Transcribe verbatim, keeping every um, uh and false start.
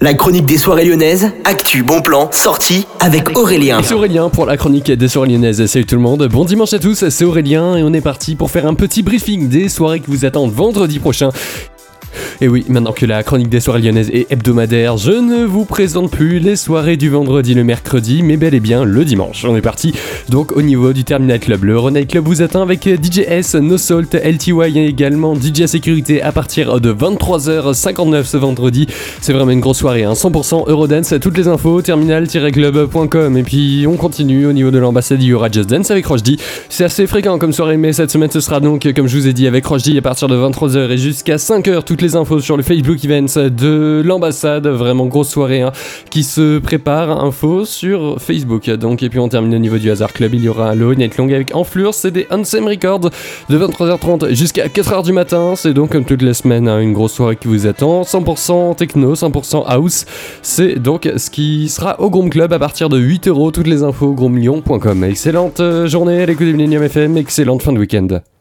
La chronique des soirées lyonnaises, actu, bon plan, sortie avec Aurélien. C'est Aurélien pour la chronique des soirées lyonnaises. Salut tout le monde, bon dimanche à tous, c'est Aurélien et on est parti pour faire un petit briefing des soirées qui vous attendent vendredi prochain. Et oui, maintenant que la chronique des soirées lyonnaises est hebdomadaire, je ne vous présente plus les soirées du vendredi, le mercredi, mais bel et bien le dimanche. On est parti donc au niveau du Terminal Club. Le Ronald Club vous attend avec D J S, No Salt, L T Y et également D J Sécurité à partir de vingt-trois heures cinquante-neuf ce vendredi. C'est vraiment une grosse soirée, hein. cent pour cent Eurodance, toutes les infos, terminal tiret club point com. Et puis on continue au niveau de l'ambassade, il y aura Just Dance avec Rochdi. C'est assez fréquent comme soirée, mais cette semaine ce sera donc, comme je vous ai dit, avec Rochdi à partir de vingt-trois heures et jusqu'à cinq heures. Toutes les infos sur le Facebook Events de l'ambassade, vraiment grosse soirée hein, qui se prépare, info sur Facebook. Donc, et puis on termine au niveau du Hazard Club, il y aura le Night Long avec Enflure, c'est des Unsame Records de vingt-trois heures trente jusqu'à quatre heures du matin. C'est donc comme toutes les semaines hein, une grosse soirée qui vous attend, cent pour cent techno, cent pour cent house. C'est donc ce qui sera au Groom Club à partir de huit euros. Toutes les infos groom lyon point com. Excellente journée à l'écoute de Millennium F M, excellente fin de week-end.